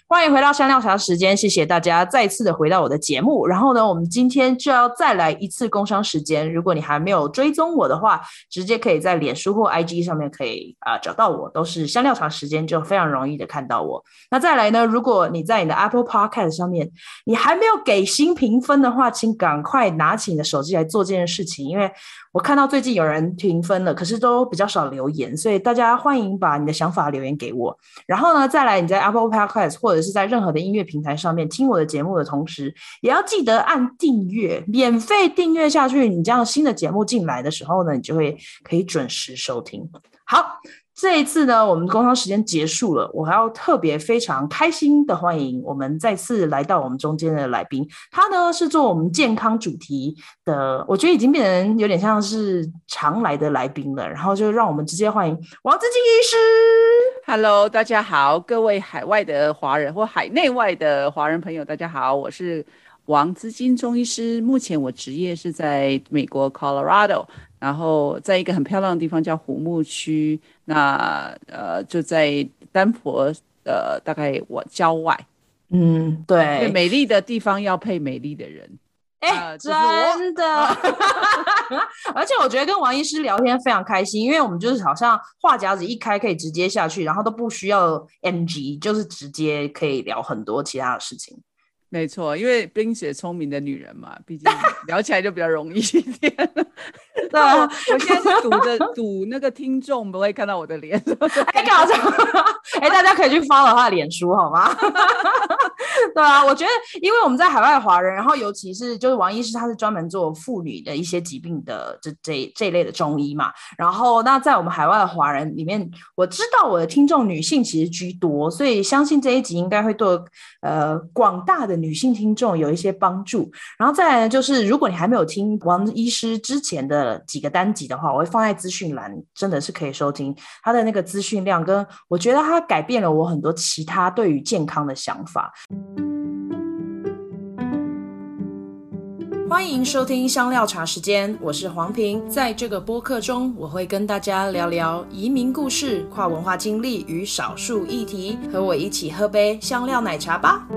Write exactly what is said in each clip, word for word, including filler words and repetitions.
欢迎回到香料茶时间，谢谢大家再次的回到我的节目。然后呢，我们今天就要再来一次工商时间。如果你还没有追踪我的话，直接可以在脸书或 I G 上面可以、呃、找到我，都是香料茶时间，就非常容易的看到我。那再来呢，如果你在你的 Apple Podcast 上面你还没有给新评分的话，请赶快拿起你的手机来做这件事情，因为我看到最近有人评分了，可是都比较少留言，所以大家欢迎把你的想法留言给我。然后呢，再来你在 Apple Podcast 或者是在任何的音乐平台上面听我的节目的同时，也要记得按订阅，免费订阅下去，你这样新的节目进来的时候呢，你就会可以准时收听。好，这一次呢，我们工商时间结束了，我还要特别非常开心的欢迎我们再次来到我们中间的来宾，他呢是做我们健康主题的，我觉得已经变成有点像是常来的来宾了，然后就让我们直接欢迎王资金医师。 Hello， 大家好，各位海外的华人或海内外的华人朋友，大家好，我是王资金中医师。目前我职业是在美国 Colorado， 然后在一个很漂亮的地方叫虎木区，那呃就在丹佛呃大概我郊外。 嗯，对， 美丽的地方要配美丽的人。 哎、欸，真的，而且我觉得跟王医师聊天非常开心，因为我们就是好像话匣子一开可以直接下去，然后都不需要 N G， 就是直接可以聊很多其他的事情。 没错，因为冰雪聪明的女人嘛，毕竟聊起来就比较容易一点。对啊，我现在是赌着赌那个听众不会看到我的脸。 哎，搞笑！哎，大家可以去 follow 他的脸书好吗？对啊，我觉得因为我们在海外华人，然后尤其是就是王医师，他是专门做妇女的一些疾病的这这这一类的中医嘛。然后那在我们海外的华人里面，我知道我的听众女性其实居多，所以相信这一集应该会对呃广大的女性听众有一些帮助。然后再来呢，就是如果你还没有听王医师之前的几个单集的话，我会放在资讯栏，真的是可以收听他的那个资讯量，跟我觉得他改变了我很多其他对于健康的想法。欢迎收听香料茶时间，我是黄平。在这个播客中，我会跟大家聊聊移民故事、跨文化经历与少数议题，和我一起喝杯香料奶茶吧。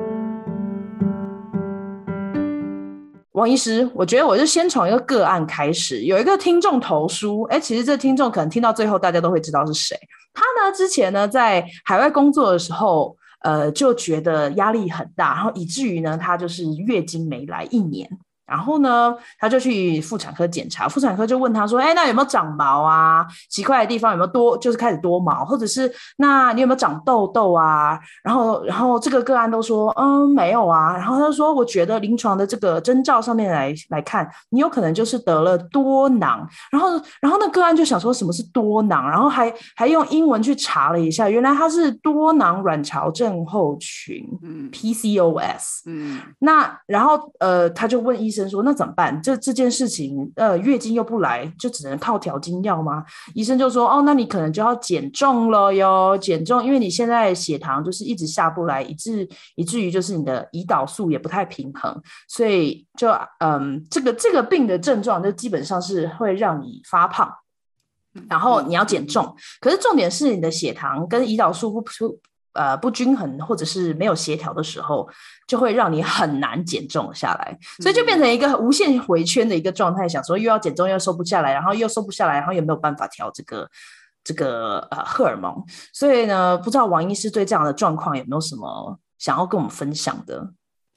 王医师，我觉得我就先从一个个案开始。有一个听众投书，哎，其实这听众可能听到最后大家都会知道是谁。他呢之前呢在海外工作的时候呃，就觉得压力很大，然后以至于呢他就是月经没来一年。然后呢他就去妇产科检查，妇产科就问他说，哎，那有没有长毛啊，奇怪的地方有没有多，就是开始多毛，或者是那你有没有长痘痘啊，然后然后这个个案都说嗯没有啊，然后他就说我觉得临床的这个征兆上面来来看，你有可能就是得了多囊。然后然后那个案就想说什么是多囊，然后还还用英文去查了一下，原来它是多囊卵巢症候群、嗯、P C O S。 嗯，那然后呃他就问医生说那怎么办，这这件事情呃月经又不来，就只能靠调经药吗？医生就说哦那你可能就要减重了哟，减重，因为你现在血糖就是一直下不来，以至以至于就是你的胰岛素也不太平衡，所以就嗯这个这个病的症状就基本上是会让你发胖，然后你要减重，可是重点是你的血糖跟胰岛素不呃不均衡或者是没有协调的时候，就会让你很难减重下来，所以就变成一个无限回圈的一个状态，想说又要减重又瘦不下来，然后又瘦不下来，然后又没有办法调这个这个呃荷尔蒙。所以呢不知道王医师对这样的状况有没有什么想要跟我们分享的？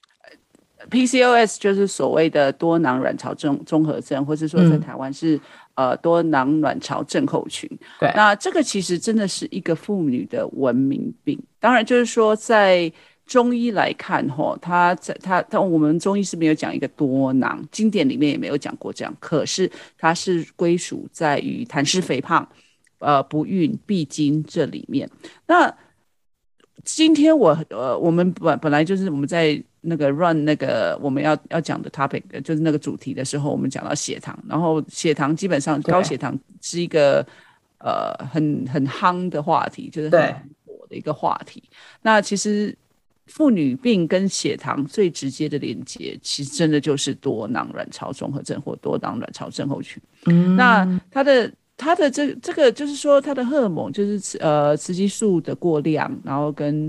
P C O S 就是所谓的多囊卵巢综合症，或是说在台湾是、嗯、呃多囊卵巢症候群。对，那这个其实真的是一个妇女的文明病。当然就是说在中医来看齁，它它它我们中医是没有讲一个多囊，经典里面也没有讲过这样，可是它是归属在于痰湿肥胖、呃不孕、闭经这里面。那今天我呃我们本本来就是我们在那个 run 那个我们要要讲的 topic 就是那个主题的时候，我们讲到血糖，然后血糖基本上高血糖是一个呃很很夯的话题，就是很火的一个话题。那其实妇女病跟血糖最直接的连接，其实真的就是多囊卵巢综合症或多囊卵巢症候群。嗯，那它的它的这这个就是说，它的荷尔蒙就是呃雌激素的过量，然后跟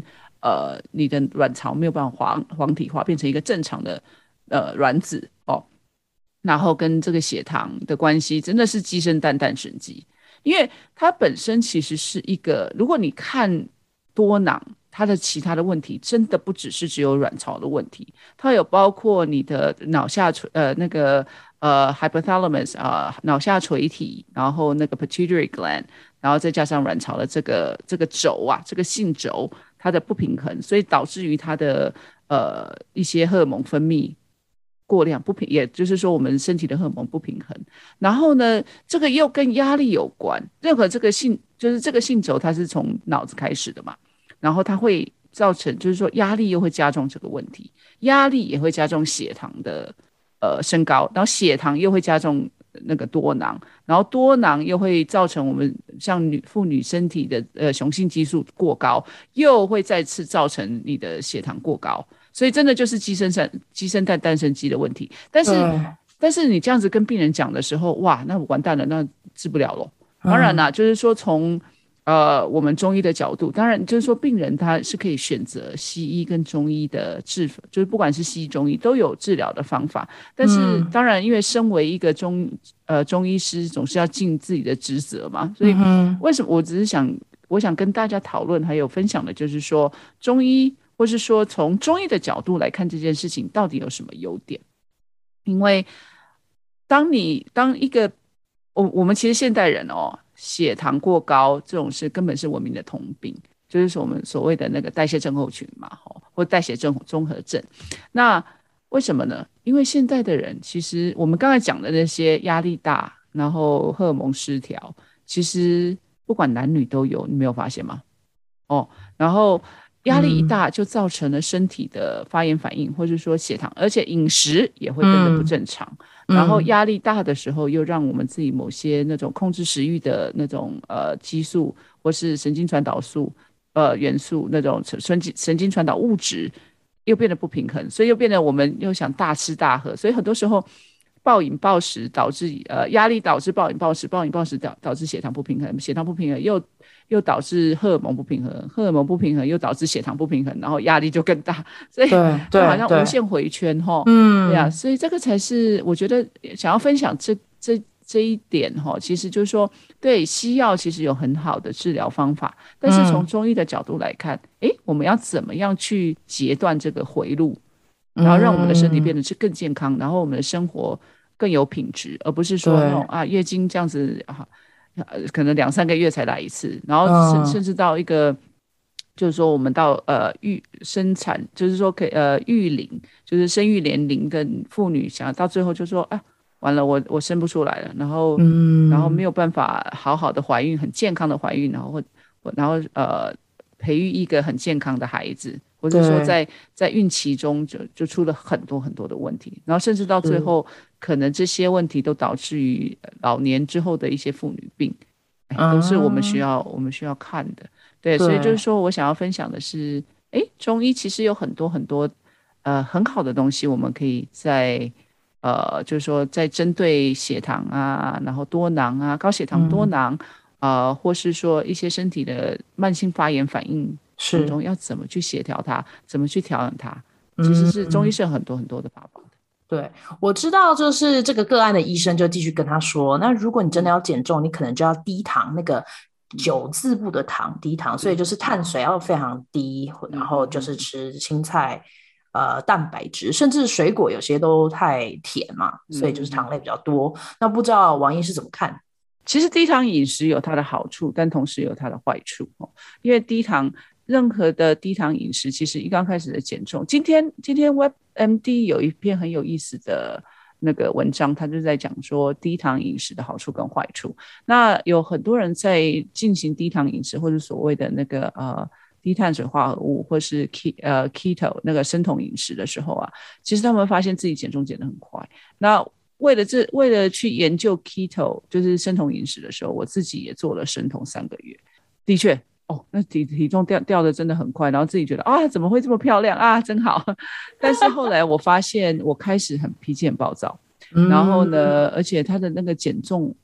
呃你的卵巢没有办法黄黄体化，变成一个正常的呃卵子哦。然后跟这个血糖的关系真的是鸡生蛋蛋生鸡，因为它本身其实是一个，如果你看多囊，它的其他的问题真的不只是只有卵巢的问题，它有包括你的脑下垂呃那个呃 hypothalamus 啊、呃、脑下垂体，然后那个 pituitary gland， 然后再加上卵巢的这个这个轴啊，这个性轴它的不平衡，所以导致于它的呃一些荷尔蒙分泌过量不平，也就是说我们身体的荷尔蒙不平衡。然后呢，这个又跟压力有关。任何这个性，就是这个性轴，它是从脑子开始的嘛，然后它会造成，就是说压力又会加重这个问题，压力也会加重血糖的呃升高，然后血糖又会加重那个多囊，然后多囊又会造成我们像女妇女身体的呃雄性激素过高，又会再次造成你的血糖过高。所以真的就是鸡生蛋鸡生蛋蛋生鸡的问题，但是但是你这样子跟病人讲的时候，哇，那完蛋了，那治不了咯。当然啦，嗯、就是说从呃我们中医的角度，当然就是说病人他是可以选择西医跟中医的治，就是不管是西医中医都有治疗的方法。但是当然，因为身为一个中呃中医师，总是要尽自己的职责嘛，所以为什么我只是想我想跟大家讨论还有分享的，就是说中医。或是说从中医的角度来看这件事情到底有什么优点。因为当你当一个我我们其实现代人哦，血糖过高这种是根本是文明的通病，就是说我们所谓的那个代谢症候群嘛，或代谢症综合症。那为什么呢？因为现代的人其实我们刚才讲的那些压力大，然后荷尔蒙失调，其实不管男女都有，你没有发现吗？哦，然后压力一大就造成了身体的发炎反应，或是说血糖，而且饮食也会跟着不正常、嗯、然后压力大的时候又让我们自己某些那种控制食欲的那种呃激素或是神经传导素呃元素那种神经神经传导物质又变得不平衡，所以又变得我们又想大吃大喝，所以很多时候暴饮暴食导致呃压力导致暴饮暴食，暴饮暴食导导致血糖不平衡，血糖不平衡又又导致荷尔蒙不平衡，荷尔蒙不平衡又导致血糖不平衡，然后压力就更大，所以就好像无限回圈哈。嗯，对啊，所以这个才是我觉得想要分享这这这一点哈，其实就是说，对西药其实有很好的治疗方法，但是从中医的角度来看，哎、嗯，我们要怎么样去截断这个回路，然后让我们的身体变得是更健康，然后我们的生活更有品质，而不是说那种啊月经这样子啊。可能两三个月才来一次，然后甚、嗯、甚至到一个，就是说我们到呃育生产，就是说可以呃育龄，就是生育年龄的妇女，想到最后就说啊，完了我我生不出来了，然后、嗯、然后没有办法好好的怀孕，很健康的怀孕，然后然后呃培育一个很健康的孩子，或者说在在孕期中就就出了很多很多的问题，然后甚至到最后。可能这些问题都导致于老年之后的一些妇女病，哎、都是我们需要、嗯、我们需要看的。 对, 对，所以就是说我想要分享的是，哎，中医其实有很多很多呃很好的东西，我们可以在呃就是说在针对血糖啊，然后多囊啊，高血糖多囊、嗯、呃或是说一些身体的慢性发炎反应当中要怎么去协调它，怎么去调养它，其实是中医是有很多很多的法宝的。 对，我知道，就是这个个案的医生就继续跟他说，那如果你真的要减重，你可能就要低糖，那个九字部的糖，低糖，所以就是碳水要非常低，然后就是吃青菜，呃，蛋白质，甚至水果有些都太甜嘛，所以就是糖类比较多。那不知道王医师怎么看？ 其实低糖饮食有它的好处，但同时有它的坏处，因为低糖任何的低糖饮食其实一刚开始的减重，今天今天 WebMD 有一篇很有意思的那个文章，他就在讲说低糖饮食的好处跟坏处。那有很多人在进行低糖饮食或者所谓的那个呃低碳水化合物或是 Ke, 呃 Keto 那个生酮饮食的时候啊，其实他们发现自己减重减得很快。那为了这为了去研究 Keto 就是生酮饮食的时候，我自己也做了生酮三个月，的确哦，那 体, 体重掉掉的真的很快，然后自己觉得啊，怎么会这么漂亮啊，真好。但是后来我发现我开始很脾气很暴躁、嗯、然后呢而且他的那个减重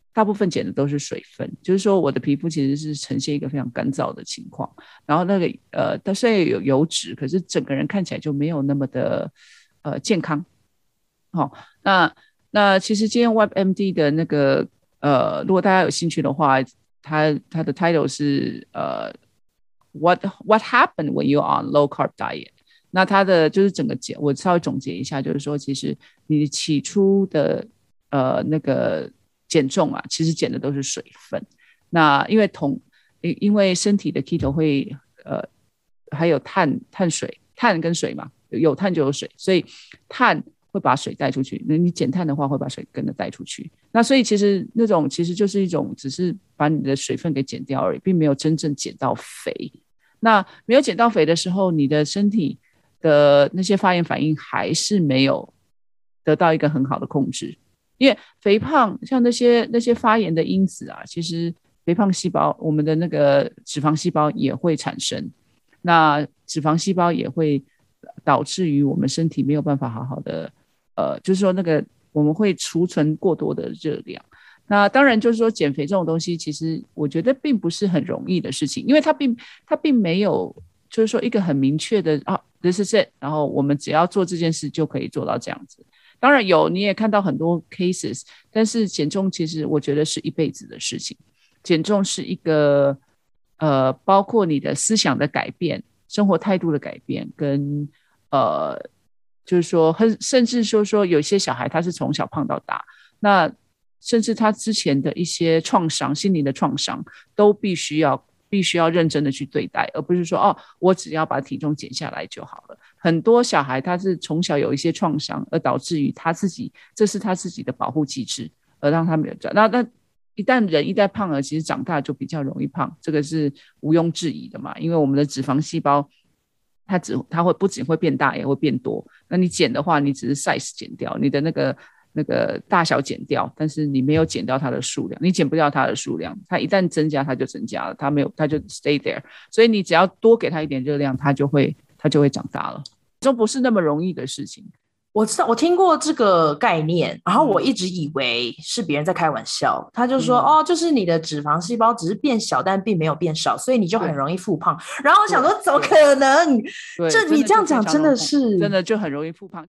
大部分减的都是水分，就是说我的皮肤其实是呈现一个非常干燥的情况，然后那个呃，它虽然有油脂，可是整个人看起来就没有那么的呃健康。好、哦，那那其实今天 WebMD 的那个呃，如果大家有兴趣的话，它它的 title 是呃 What What happened when you are on low carb diet？ 那它的就是整个结，我稍微总结一下，就是说，其实你起初的呃那个减重啊，其实减的都是水分。那因为同因为身体的 keto 会呃还有碳碳水，碳跟水嘛，有碳就有水，所以碳会把水带出去，那你减碳的话会把水跟着带出去。那所以其实那种其实就是一种只是把你的水分给减掉而已，并没有真正减到肥。那没有减到肥的时候，你的身体的那些发炎反应还是没有得到一个很好的控制。因为肥胖像那些那些发炎的因子啊，其实肥胖细胞我们的那个脂肪细胞也会产生，那脂肪细胞也会导致于我们身体没有办法好好的呃，就是说那个我们会储存过多的热量。那当然就是说减肥这种东西其实我觉得并不是很容易的事情，因为它并它并没有就是说一个很明确的啊 this is it， 然后我们只要做这件事就可以做到这样子。当然有，你也看到很多 cases， 但是减重其实我觉得是一辈子的事情。减重是一个呃，包括你的思想的改变、生活态度的改变，跟呃，就是说，甚至说说有些小孩他是从小胖到大，那甚至他之前的一些创伤、心灵的创伤，都必须要必须要认真的去对待，而不是说哦，我只要把体重减下来就好了。很多小孩他是从小有一些创伤，而导致于他自己，这是他自己的保护机制，而让他没有这样。那那一旦人一旦胖了，其实长大就比较容易胖，这个是毋庸置疑的嘛。因为我们的脂肪细胞，它只它会不仅会变大，也会变多。那你减的话，你只是 size 减掉，你的那个那个大小减掉，但是你没有减掉它的数量，你减不掉它的数量。它一旦增加，它就增加了，它没有，它就 stay there。所以你只要多给它一点热量，它就会。它就会长大了，这不是那么容易的事情。 我知道，我听过这个概念，然后我一直以为是别人在开玩笑。他就说、嗯、哦，就是你的脂肪细胞只是变小，但并没有变少，所以你就很容易复胖。然后我想说，怎么可能？这你这样讲真的是真的就很容易复胖。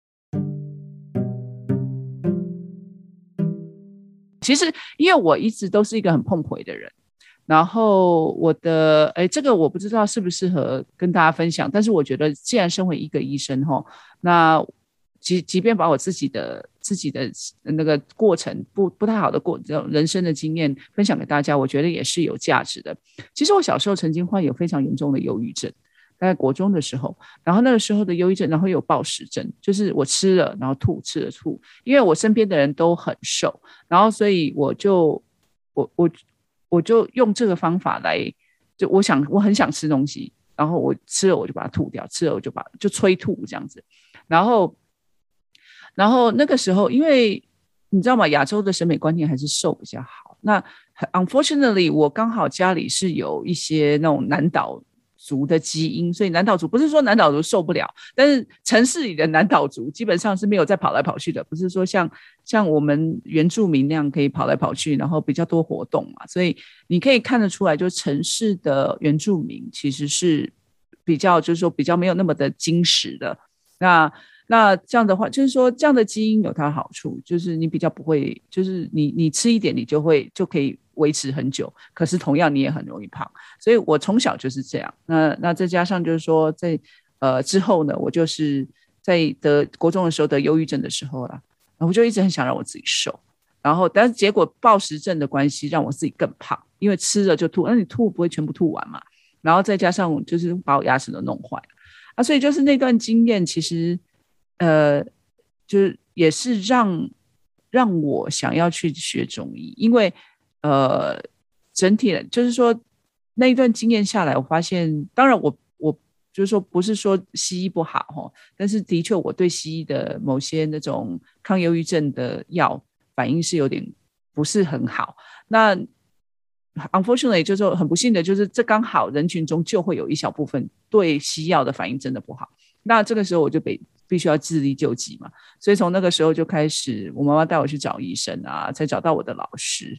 其实，因为我一直都是一个很碰回的人。然后我的哎，这个我不知道适不适合跟大家分享，但是我觉得既然身为一个医生齁，那即即便把我自己的自己的那个过程不不太好的过这种人生的经验分享给大家，我觉得也是有价值的。其实我小时候曾经患有非常严重的忧郁症，大概国中的时候，然后那个时候的忧郁症，然后有暴食症，就是我吃了然后吐，吃了吐，因为我身边的人都很瘦，然后所以我就我我。我就用这个方法来，就我想我很想吃东西，然后我吃了我就把它吐掉，吃了我就把就催吐这样子，然后然后那个时候因为你知道吗，亚洲的审美观念还是瘦比较好，那 unfortunately 我刚好家里是有一些那种南岛族的基因，所以南岛族不是说南岛族受不了，但是城市里的南岛族基本上是没有在跑来跑去的，不是说像像我们原住民那样可以跑来跑去，然后比较多活动嘛，所以你可以看得出来，就城市的原住民其实是比较就是说比较没有那么的精实的。那那这样的话，就是说这样的基因有它的好处，就是你比较不会，就是你你吃一点你就会就可以维持很久，可是同样你也很容易胖，所以我从小就是这样。那那再加上就是说在呃之后呢，我就是在得国中的时候得忧郁症的时候啦，我就一直很想让我自己瘦，然后但是结果暴食症的关系让我自己更胖，因为吃了就吐，那你吐不会全部吐完嘛，然后再加上就是把我牙齿都弄坏了啊，所以就是那段经验其实呃就是也是让让我想要去学中医，因为呃整体就是说那一段经验下来，我发现当然我我就是说不是说西医不好，但是的确我对西医的某些那种抗忧郁症的药反应是有点不是很好。那 unfortunately 就是说很不幸的就是这刚好人群中就会有一小部分对西药的反应真的不好，那这个时候我就被必须要自力救济嘛，所以从那个时候就开始我妈妈带我去找医生啊，才找到我的老师。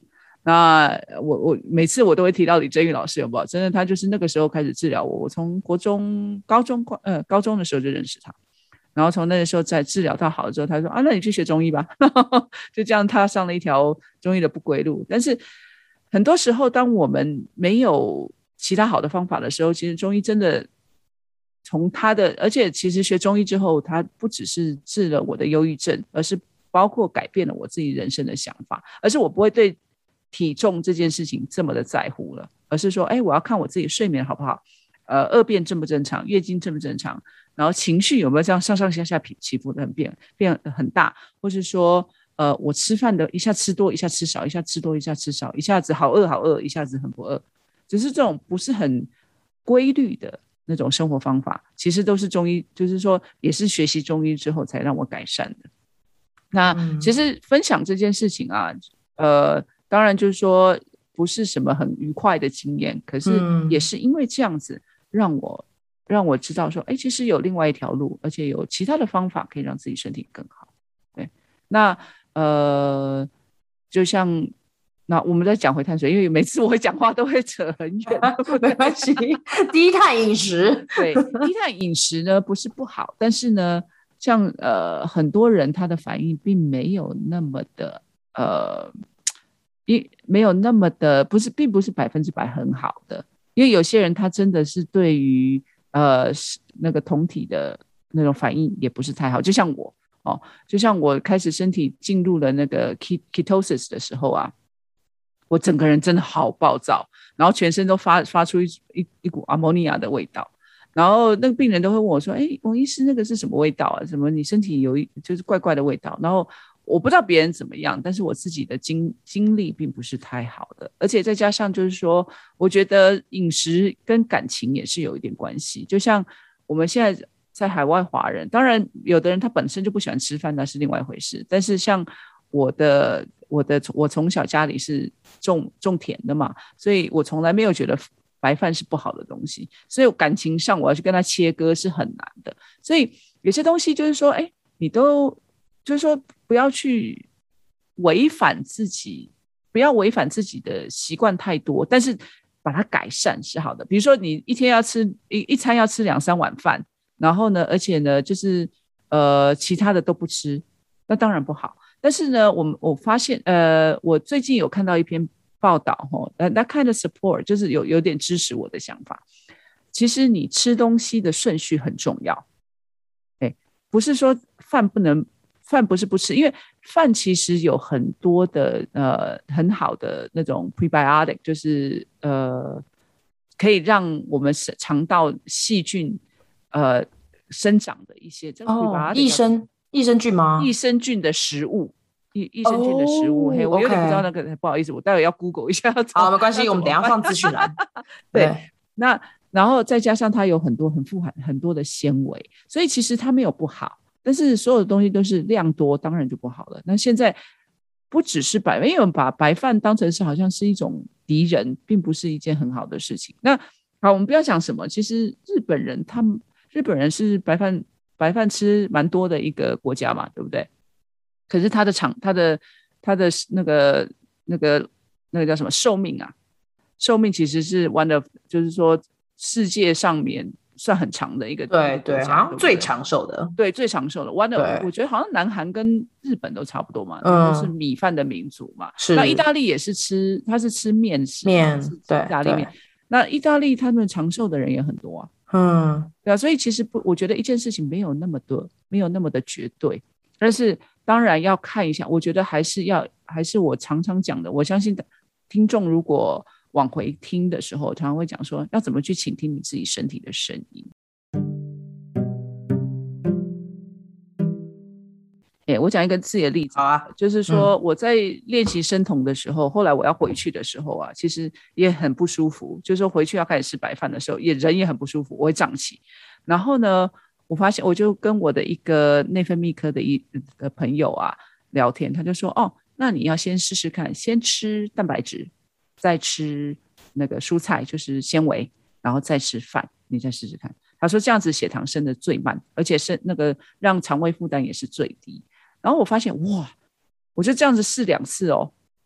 那我我每次我都会提到李珍玉老师，有没有？真的，他就是那个时候开始治疗我，我从国中、高中、呃高中的时候就认识他，然后从那个时候在治疗到好了之后，他说啊，那你去学中医吧，就这样踏上了一条中医的不归路。但是很多时候，当我们没有其他好的方法的时候，其实中医真的从他的，而且其实学中医之后，他不只是治了我的忧郁症，而是包括改变了我自己人生的想法，而是我不会对体重这件事情这么的在乎了，而是说，哎，我要看我自己睡眠好不好，呃，恶变正不正常，月经正不正常，然后情绪有没有这样上上下下起伏的很变变很大，或是说，呃，我吃饭的一下吃多，一下吃少，一下吃多，一下吃少，一下子好饿好饿，一下子很不饿，只是这种不是很规律的那种生活方法，其实都是中医，就是说也是学习中医之后才让我改善的。那其实分享这件事情啊，呃。当然就是说不是什么很愉快的经验，可是也是因为这样子让我、嗯、让我知道说，哎，其实有另外一条路，而且有其他的方法可以让自己身体更好。对，那呃，就像那我们再讲回碳水，因为每次我讲话都会扯很远， 没关系。低碳饮食， 对，低碳饮食呢不是不好，但是呢，像呃很多人他的反应并没有那么的呃。没有那么的不是并不是百分之百很好的，因为有些人他真的是对于呃那个酮体的那种反应也不是太好，就像我哦，就像我开始身体进入了那个 ketosis 的时候啊，我整个人真的好暴躁，然后全身都发发出一一一股阿莫尼亚的味道，然后那个病人都会问我说：“哎，王医师，那个是什么味道啊？什么你身体有一就是怪怪的味道？”然后我不知道别人怎么样，但是我自己的经经历并不是太好的，而且再加上就是说，我觉得饮食跟感情也是有一点关系。就像我们现在在海外华人，当然有的人他本身就不喜欢吃饭，那是另外一回事。但是像我的我的我从小家里是种种田的嘛，所以我从来没有觉得白饭是不好的东西，所以感情上我要去跟他切割是很难的。所以有些东西就是说，哎，你都。就是说不要去违反自己，不要违反自己的习惯太多，但是把它改善是好的。比如说你一天要吃 一, 一餐要吃两三碗饭，然后呢而且呢就是呃其他的都不吃，那当然不好。但是呢我我发现呃我最近有看到一篇报道呃 that kind of support 就是有有点支持我的想法。其实你吃东西的顺序很重要，欸，不是说饭不能饭不是不吃，因为饭其实有很多的呃很好的那种 prebiotic， 就是呃可以让我们肠道细菌呃生长的一些这个 prebiotic， 哦，益生益生菌吗？ 益生菌的食物，益益生菌的食物，哦，嘿，我有点不知道那个， okay， 不好意思，我待会要 Google 一下。 好，没关系，我们等一下放资讯栏。 对，对，那然后再加上它有很多很富含很多的纤维，所以其实它没有不好。但是所有的东西都是量多，当然就不好了。那现在不只是白，因为我们把白饭当成是好像是一种敌人，并不是一件很好的事情。那好，我们不要讲什么，其实日本人他们日本人是白饭白饭吃蛮多的一个国家嘛，对不对？可是他的长他的他的那个那个那个叫什么寿命啊？寿命其实是 one of 就是说世界上面算很长的一个， 对对，好像最长寿的， 对，最长寿的。One of， 我觉得好像南韩跟日本都差不多嘛，嗯，都是米饭的民族嘛。是。那意大利也是吃，他是吃面食， 面，对， 意大利面。那意大利他们长寿的人也很多啊，嗯，对啊。所以其实不，我觉得一件事情没有那么多，没有那么的绝对，但是当然要看一下。我觉得还是要，还是我常常讲的，我相信听众如果往回听的时候，常常会讲说要怎么去倾听你自己身体的声音。欸，我讲一个自己的例子， 好啊， 就是说我在练习生酮的时候，嗯，后来我要回去的时候啊，其实也很不舒服，就是说回去要开始吃白饭的时候，也人也很不舒服，我会胀气。然后呢，我发现我就跟我的一个内分泌科的一个朋友啊聊天，他就说，哦，那你要先试试看，先吃蛋白质，再吃那个蔬菜，就是纤维，然后再吃饭，你再试试看。他说这样子血糖升的最慢，而且是那个让肠胃负担也是最低。然后我发现哇，我就这样子试两次哦，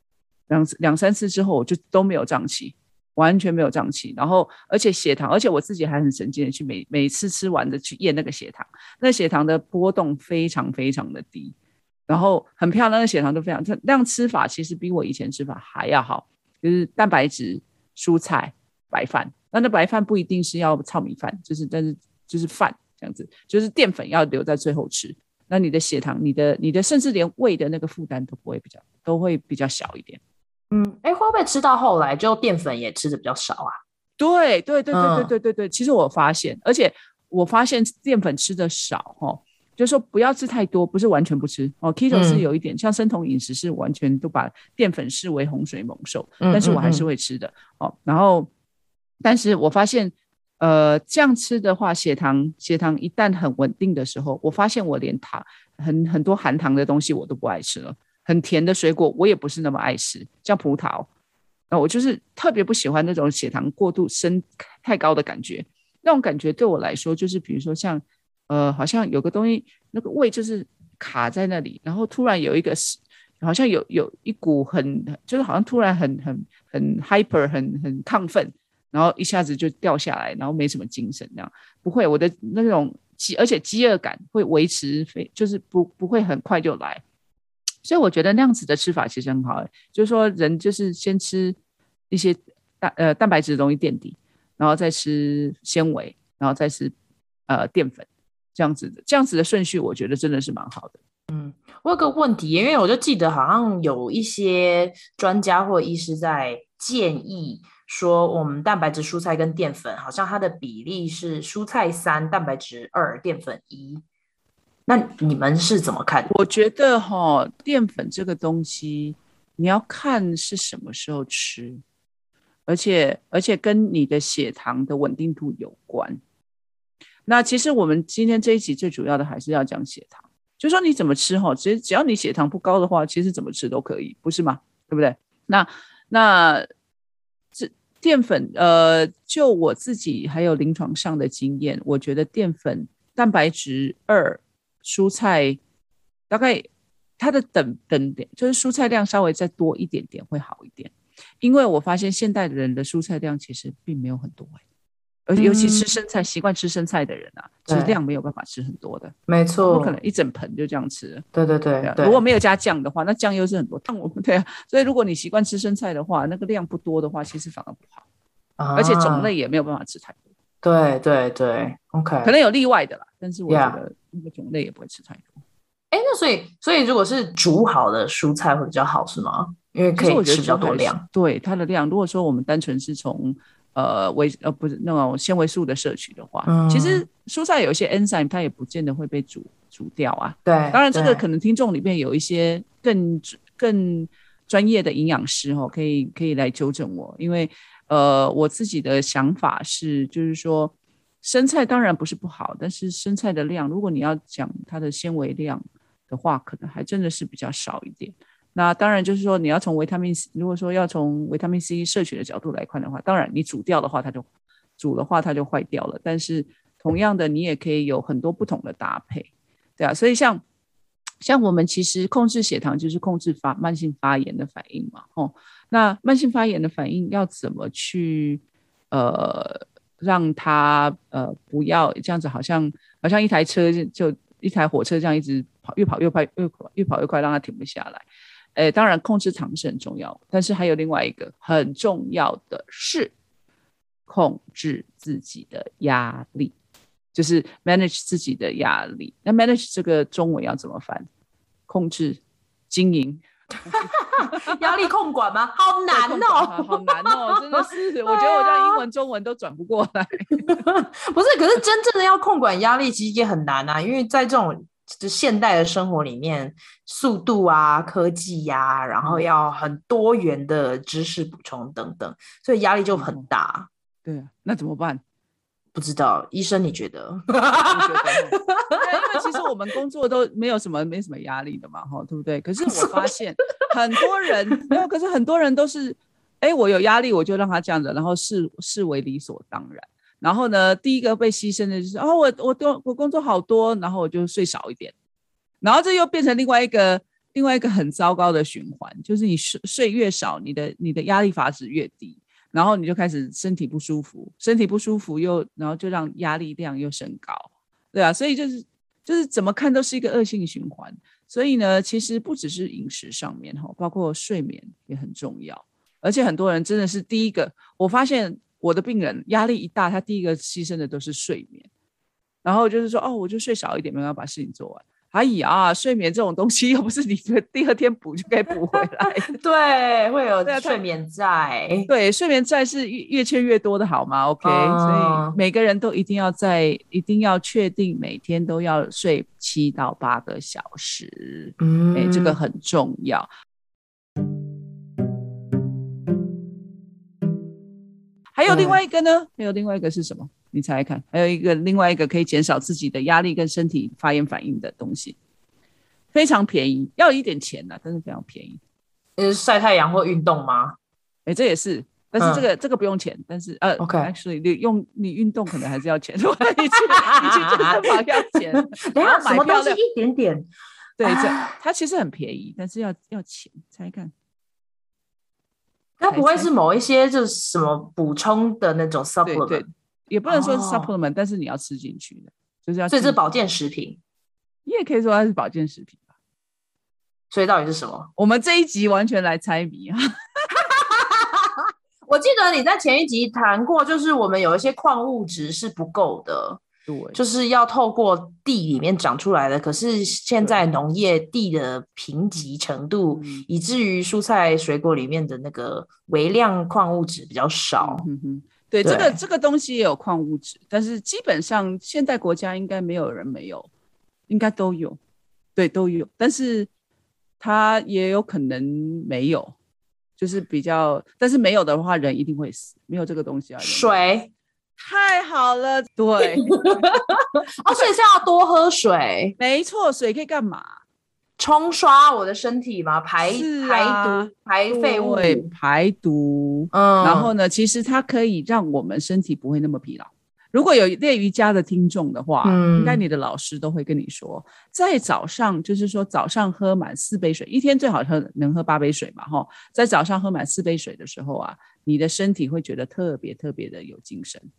两两三次之后我就都没有胀气，完全没有胀气，然后而且血糖，而且我自己还很神经的去每每次吃完的去验那个血糖，那血糖的波动非常非常的低，然后很漂亮，那血糖都非常，那样吃法其实比我以前吃法还要好，就是蛋白质、蔬菜、白饭，那那白饭不一定是要糙米饭，就是但是就是饭这样子，就是淀粉要留在最后吃，那你的血糖、你的你的甚至连胃的那个负担都不会比较都会比较小一点。 嗯，哎，会不会吃到后来就淀粉也吃的比较少啊？ 对对对对对对对对、嗯，其实我发现，而且我发现淀粉吃的少哦，就是说不要吃太多，不是完全不吃哦。Keto 是有一点、嗯、像生酮饮食是完全都把淀粉视为洪水猛兽，嗯、但是我还是会吃的、嗯、哦。然后，但是我发现，呃，这样吃的话，血糖血糖一旦很稳定的时候，我发现我连糖很很多含糖的东西我都不爱吃了。很甜的水果我也不是那么爱吃，像葡萄，我就是特别不喜欢那种血糖过度升太高的感觉，那种感觉对我来说就是比如说像呃，好像有个东西那个胃就是卡在那里，然后突然有一个好像有有一股很就是好像突然很很很 hyper 很很亢奋，然后一下子就掉下来，然后没什么精神这样。不会，我的那种而且饥饿感会维持，就是不不会很快就来。所以我觉得那样子的吃法其实很好，就是说人就是先吃一些蛋呃蛋白质的东西垫底，然后再吃纤维，然后再吃呃淀粉，这样子的这样子的顺序，我觉得真的是蛮好的。 嗯，我有个问题，因为我就记得好像有一些专家或医师在建议说，我们蛋白质、蔬菜跟淀粉，好像它的比例是蔬菜三，蛋白质二，淀粉一。那你们是怎么看？ 我觉得齁，淀粉这个东西你要看是什么时候吃，而且而且跟你的血糖的稳定度有关。那其实我们今天这一集最主要的还是要讲血糖，就是说你怎么吃齁，其实只要你血糖不高的话，其实怎么吃都可以，不是吗？对不对？那那这淀粉呃，就我自己还有临床上的经验，我觉得淀粉蛋白质二，蔬菜大概它的等等点就是蔬菜量稍微再多一点点会好一点，因为我发现现代的人的蔬菜量其实并没有很多、欸、而且尤其吃生菜、嗯、习惯吃生菜的人啊，其实量没有办法吃很多的， 没错， 不可能一整盆就这样吃了。 对对 对, 对， 如果没有加酱的话，那酱又是很多，但我们对啊，所以如果你习惯吃生菜的话，那个量不多的话，其实反而不好，啊、而且种类也没有办法吃太多。 对对对 ，OK， 可能有例外的啦，但是我觉得那个种类也不会吃太多。 哎、yeah. 那所以所以如果是煮好的蔬菜会比较好是吗？因为可以吃比较多量。 对它的量，如果说我们单纯是从呃维呃不是那种纤维素的摄取的话、嗯，其实蔬菜有一些 enzyme 它也不见得会被煮煮掉啊。 对， 当然这个可能听众里面有一些更更专业的营养师哦，可以可以来纠正我，因为呃我自己的想法是，就是说生菜当然不是不好，但是生菜的量，如果你要讲它的纤维量的话，可能还真的是比较少一点。那当然就是说你要从维他命 C， 如果说要从维他命 C 摄取的角度来看的话，当然你煮掉的话它就煮的话它就坏掉了，但是同样的你也可以有很多不同的搭配，对啊，所以像像我们其实控制血糖就是控制发慢性发炎的反应嘛，哦，那慢性发炎的反应要怎么去呃让它呃不要这样子，好像好像一台车就一台火车这样一直跑，越跑越快，越跑越跑越快，让它停不下来。诶，当然控制糖是很重要，但是还有另外一个很重要的是控制自己的压力，就是 manage 自己的压力。那 manage 这个中文要怎么翻？控制、经营。 压力控管吗？好难哦， 好难哦，真的是，我觉得我这样英文、中文都转不过来。 不是，可是真正的要控管压力，其实也很难啊，因为在这种现代的生活里面，速度啊、科技呀、啊，然后要很多元的知识补充等等，所以压力就很大。 嗯、对啊，那怎么办？ 不知道，医生你觉得？ 我觉得对，因为其实我们工作都没有什么没什么压力的嘛，对不对？可是我发现很多人，没有，可是很多人都是，哎，我有压力我就让他这样子，然后视视为理所当然。然后呢，第一个被牺牲的就是，哦，我我我我工作好多，然后我就睡少一点，然后这又变成另外一个。 另外一个很糟糕的循环，就是你睡睡越少，你的你的压力阀值越低，然后你就开始身体不舒服，身体不舒服又然后就让压力量又升高，对啊，所以就是就是怎么看都是一个恶性循环。所以呢，其实不只是饮食上面，包括睡眠也很重要。而且很多人真的是第一个，我发现我的病人压力一大，他第一个牺牲的都是睡眠。然后就是说，哦，我就睡少一点，没办法把事情做完。哎呀，睡眠这种东西又不是你第二天补就可以补回来。 对，会有睡眠债。 对，睡眠债是越欠越多的好吗 ？OK，、嗯、所以每个人都一定要在，一定要确定每天都要睡七到八个小时。嗯，哎，这个很重要。还有另外一个呢？还有另外一个是什么？你猜猜看，还有一个另外一个可以减少自己的压力跟身体发炎反应的东西，非常便宜，要一点钱啦，但是非常便宜。 是晒太阳或运动吗？ 哎，这也是，但是这个、嗯、这个不用钱，但是呃 ，OK， actually 你用你运动可能还是要钱，如果你去你去健身房要钱， 等一下什么东西一点点， 对，这它其实很便宜，但是要要钱，猜看。 它不会是某一些就是什么补充的那种 supplement？ 对对，也不能说是 supplement，、哦、但是你要吃进去的，就是要。 所以这是保健食品， 你也可以说它是保健食品吧。 所以到底是什么？ 我们这一集完全来猜谜啊！ 我记得你在前一集谈过，就是我们有一些矿物质是不够的。 对， 就是要透过地里面长出来的，可是现在农业地的贫瘠程度，以至于蔬菜水果里面的那个微量矿物质比较少。 嗯哼，对，对，这个这个东西也有矿物质，但是基本上现代国家应该没有人没有，应该都有，对，都有，但是它也有可能没有，就是比较，但是没有的话，人一定会死，没有这个东西啊， 水。 太好了，对。 哦，所以是要多喝水。 没错，水可以干嘛？ 冲刷我的身体嘛，排、 啊、 排毒、排废物， 对，排毒。嗯，然后呢，其实它可以让我们身体不会那么疲劳。如果有练瑜伽的听众的话，嗯、应该你的老师都会跟你说，在早上就是说早上喝满四杯水，一天最好喝能喝八杯水嘛，哈，在早上喝满四杯水的时候啊，你的身体会觉得特别特别的有精神。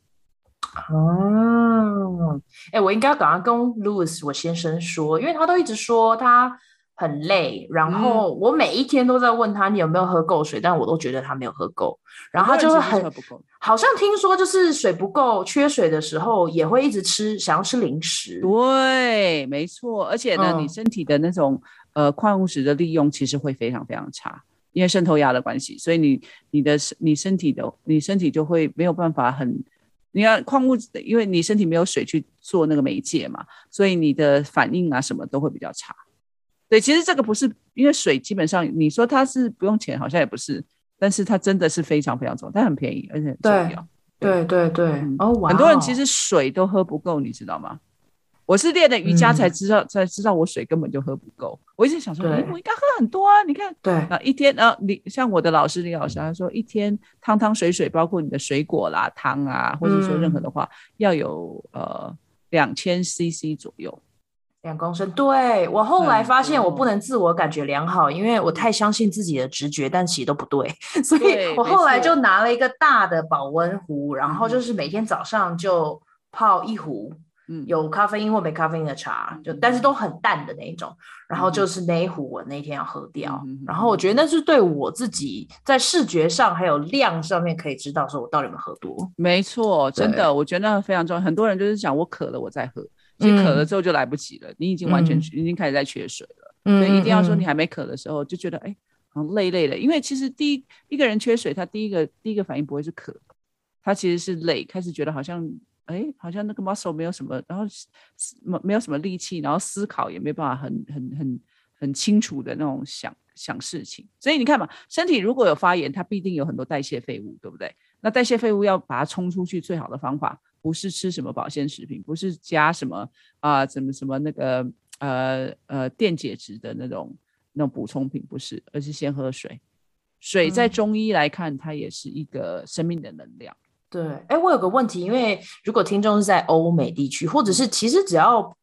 哦，哎、欸，我应该赶快跟 Louis 我先生说，因为他都一直说他很累，然后我每一天都在问他你有没有喝够水，但我都觉得他没有喝够，然后他就会很好像听说就是水不够缺水的时候也会一直吃想要吃零食。 对，没错，而且呢、嗯、你身体的那种呃矿物质的利用其实会非常非常差，因为渗透压的关系，所以你你的你身体的你身体就会没有办法很，你要矿物质，因为你身体没有水去做那个媒介嘛，所以你的反应啊什么都会比较差。对，其实这个不是因为水基本上你说它是不用钱，好像也不是，但是它真的是非常非常重要，它很便宜而且很重要。 对对对对、嗯、哦， 很多人其实水都喝不够，你知道吗？我是练了瑜伽才知道、嗯、才知道我水根本就喝不够。我一直想说，哎，我应该喝很多啊！你看， 对， 啊，一天啊，你像我的老师李老师，他说一天汤汤水水，包括你的水果啦、汤啊，或者说任何的话，嗯、要有呃两千 C C 左右， 两公升。对，我后来发现我不能自我感觉良好，因为我太相信自己的直觉，但其实都不对，所以我后来就拿了一个大的保温壶，然后就是每天早上就泡一壶。有咖啡因或没咖啡因的茶，就但是都很淡的那一种，然后就是那一壶我那一天要喝掉、嗯、然后我觉得那是对我自己在视觉上还有量上面可以知道说我到底有没有喝多。 没错，真的我觉得那非常重要。很多人就是讲我渴了我再喝，其实渴了之后就来不及了、嗯、你已经完全、嗯、已经开始在缺水了、嗯、所以一定要说你还没渴的时候就觉得哎，好像累累的，因为其实第一一个人缺水，他第一个第一个反应不会是渴，他其实是累，开始觉得好像哎，好像那个 muscle 没有什么，然后没有什么力气，然后思考也没办法很很很很清楚的那种想想事情。所以你看嘛，身体如果有发炎，它必定有很多代谢废物，对不对？那代谢废物要把它冲出去，最好的方法不是吃什么保鲜食品，不是加什么啊，什么什么那个呃呃电解质的那种那种补充品，不是，而是先喝水。水在中医来看，它也是一个生命的能量。 对，哎，我有个问题，因为如果听众是在欧美地区，或者是其实只要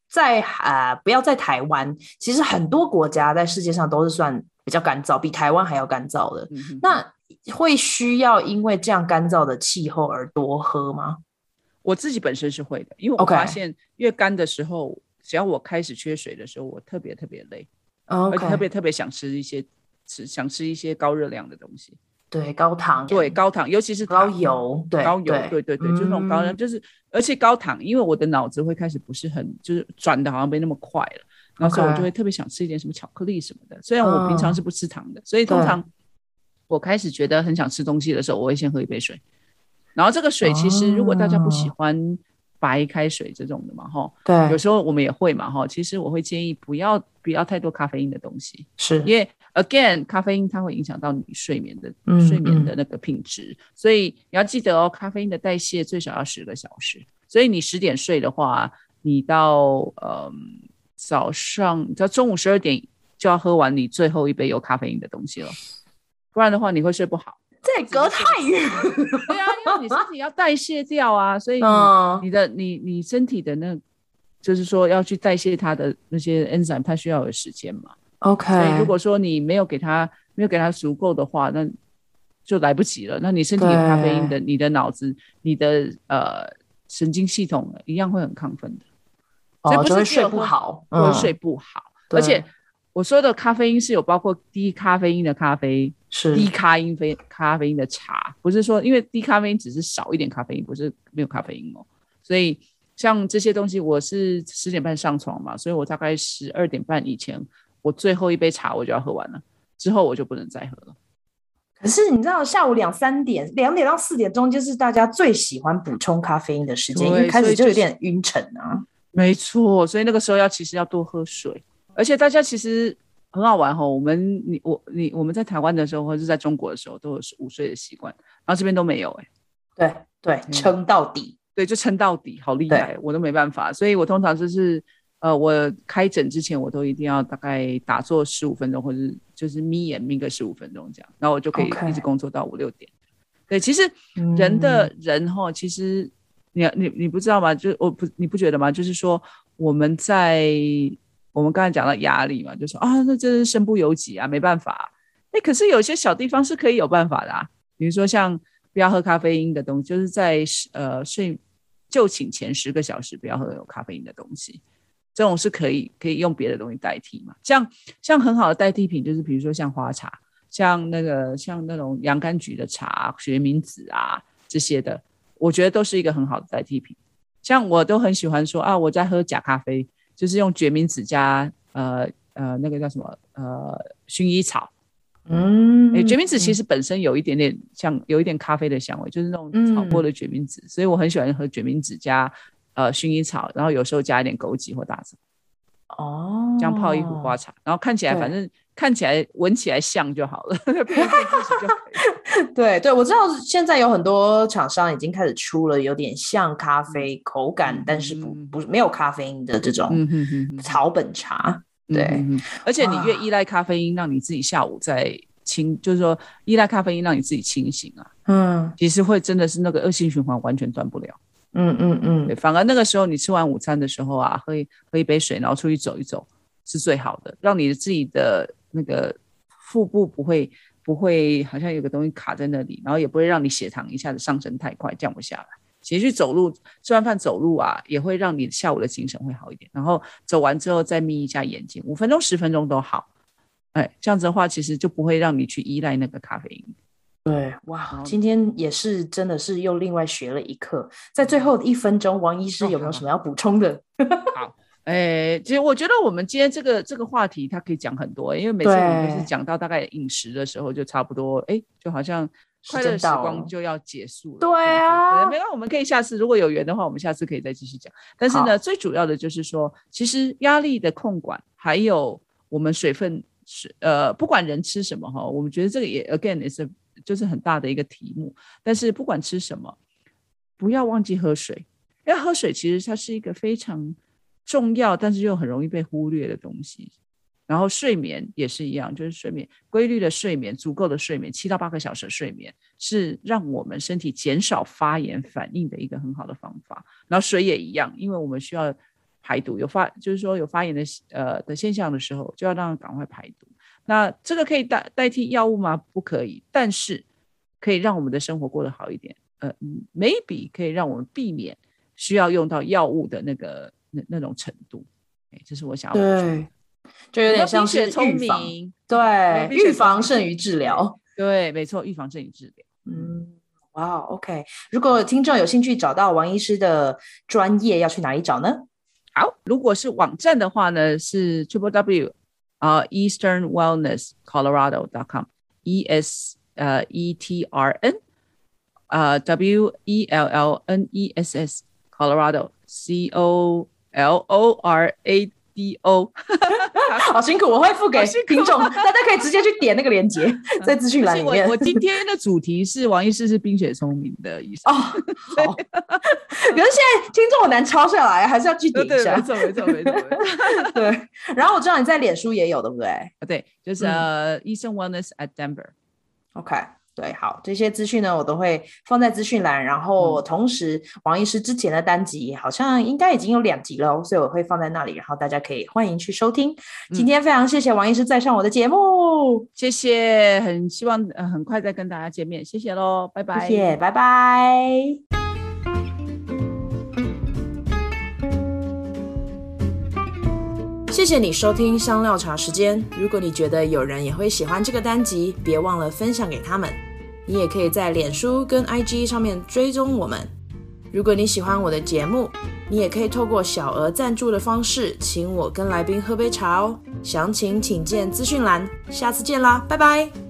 在呃不要在台湾，其实很多国家在世界上都是算比较干燥，比台湾还要干燥的。嗯、那会需要因为这样干燥的气候而多喝吗？ 我自己本身是会的，因为我发现越干的时候， okay. 只要我开始缺水的时候，我特别特别累， okay. 而且特别特别想吃一些吃想吃一些高热量的东西。 对，高糖， 对，高糖，尤其是高油，对， 高油，对对对，就是那种高热、嗯，就是而且高糖，因为我的脑子会开始不是很，就是转的好像没那么快了，然后所以我就会特别想吃一点什么巧克力什么的。虽然我平常是不吃糖的，嗯、所以通常我开始觉得很想吃东西的时候，我会先喝一杯水。然后这个水其实如果大家不喜欢白开水这种的嘛，哈，对，有时候我们也会嘛，哈，其实我会建议不要不要太多咖啡因的东西， 是因为 again 咖啡因它会影响到你睡眠的、嗯、睡眠的那个品质、嗯，所以你要记得哦，咖啡因的代谢最少要十个小时，所以你十点睡的话，你到嗯早上你到中午十二点就要喝完你最后一杯有咖啡因的东西了，不然的话你会睡不好。 这隔太远。 对啊，因为你身体要代谢掉啊，所以 你,、嗯、你的你你身体的那，就是说要去代谢它的那些 enzyme， 它需要有时间嘛。 OK， 所以如果说你没有给它没有给它足够的话，那就来不及了。那你身体有咖啡因的，你的脑子、你的呃神经系统一样会很亢奋的， 哦，所以不是就会睡不好， 就会睡不好，嗯、而且。我说的咖啡因是有包括低咖啡因的咖啡，是低咖因啡咖啡因的茶，不是说因为低咖啡因只是少一点咖啡因，不是没有咖啡因哦。所以像这些东西，我是十点半上床嘛，所以我大概十二点半以前，我最后一杯茶我就要喝完了，之后我就不能再喝了。 可是你知道，下午两三点、两点到四点钟，就是大家最喜欢补充咖啡因的时间，因为开始就有点晕沉啊。 没错，所以那个时候要其实要多喝水。而且大家其实很好玩吼，我们你我你我们在台湾的时候，或者是在中国的时候，都有午睡的习惯，然后这边都没有哎、 欸。对对，撑到底， 对，就撑到底，好厉害，我都没办法。所以我通常就是呃，我开诊之前，我都一定要大概打坐十五分钟，或者是就是眯眼眯个十五分钟这样，然后我就可以一直工作到五六点。Okay. 对，其实人的、嗯、人吼，其实你你你不知道吗？就我不你不觉得吗？就是说我们在。我们刚才讲到压力嘛，就说啊，那真是身不由己啊，没办法、啊。哎，可是有些小地方是可以有办法的啊，比如说像不要喝咖啡因的东西，就是在呃睡就寝前十个小时不要喝有咖啡因的东西，这种是可以可以用别的东西代替嘛。像像很好的代替品就是比如说像花茶，像那个像那种洋甘菊的茶、决明子啊这些的，我觉得都是一个很好的代替品。像我都很喜欢说啊，我在喝假咖啡。就是用决明子加呃呃那个叫什么呃薰衣草，嗯，欸，决明子其实本身有一点点像有一点咖啡的香味，就是那种炒过的决明子，嗯、所以我很喜欢喝决明子加呃薰衣草，然后有时候加一点枸杞或大枣，哦，这样泡一壶花茶，然后看起来反正看起来闻起来像就好了，变成自己就可以。 对对，我知道现在有很多厂商已经开始出了有点像咖啡口感，嗯、但是不不没有咖啡因的这种草本茶。嗯、对、嗯， 而且你越依赖咖啡因，让你自己下午再清，就是说依赖咖啡因让你自己清醒啊，嗯，其实会真的是那个恶性循环完全断不了。嗯嗯嗯，对，反而那个时候你吃完午餐的时候啊，喝一喝一杯水，然后出去走一走是最好的，让你自己的那个腹部不会。不会好像有个东西卡在那里，然后也不会让你血糖一下子上升太快，降不下来。其实去走路，吃完饭走路啊，也会让你下午的精神会好一点。然后走完之后再眯一下眼睛，五分钟、十分钟都好。哎，这样子的话，其实就不会让你去依赖那个咖啡因。 对，哇，今天也是真的是又另外学了一课。在最后一分钟，王医师有没有什么要补充的？ 好。哎，其实我觉得我们今天这个这个话题，它可以讲很多，因为每次我们都是讲到大概饮食的时候，就差不多，哎，就好像快乐时光就要结束了。 对啊， 没关系，我们可以下次如果有缘的话，我们下次可以再继续讲。但是呢，最主要的就是说，其实压力的控管，还有我们水分，呃，不管人吃什么哈，我们觉得这个也 again 也是就是很大的一个题目。但是不管吃什么，不要忘记喝水，因为喝水其实它是一个非常重要但是又很容易被忽略的东西。然后睡眠也是一样，就是睡眠规律的睡眠，足够的睡眠，七到八个小时的睡眠是让我们身体减少发炎反应的一个很好的方法。然后水也一样，因为我们需要排毒，有发就是说有发炎的呃的现象的时候，就要让赶快排毒。那这个可以代代替药物吗？不可以，但是可以让我们的生活过得好一点。呃 ，maybe 可以让我们避免需要用到药物的那个那那种程度。哎，这是我想要补充的。 就有点像是预防，对，预防胜于治疗。 对，没错，预防胜于治疗。 嗯，哇 ，OK。如果听众有兴趣找到王医师的专业，要去哪里找呢？ 好，如果是网站的话呢，是 triple w 啊、uh, eastern wellness colorado dot com e s 呃 e t r n 呃 w e l l n e s s colorado c o l o r a d o 好辛苦，我会付给听众，大家可以直接去点那个链接在资讯栏里面。 我, 我今天的主题是王医师是冰雪聪明的医生。 哦，好。可是现在听众很难抄下来，还是要去点一下。 对，没错没错没错。 对，然后我知道你在脸书也有，对不对？ 对，就是呃、嗯 Eastern Wellness at Denver。OK。 对，好，这些资讯呢，我都会放在资讯栏。然后同时，王医师之前的单集好像应该已经有两集了，所以我会放在那里，然后大家可以欢迎去收听。今天非常谢谢王医师再上我的节目， 嗯、谢谢，很希望、呃、很快再跟大家见面，谢谢咯，拜拜， 谢谢，拜拜。谢谢你收听香料茶时间。如果你觉得有人也会喜欢这个单集，别忘了分享给他们。你也可以在脸书跟 I G 上面追踪我们。如果你喜欢我的节目，你也可以透过小额赞助的方式，请我跟来宾喝杯茶哦。详情请见资讯栏。下次见啦，拜拜。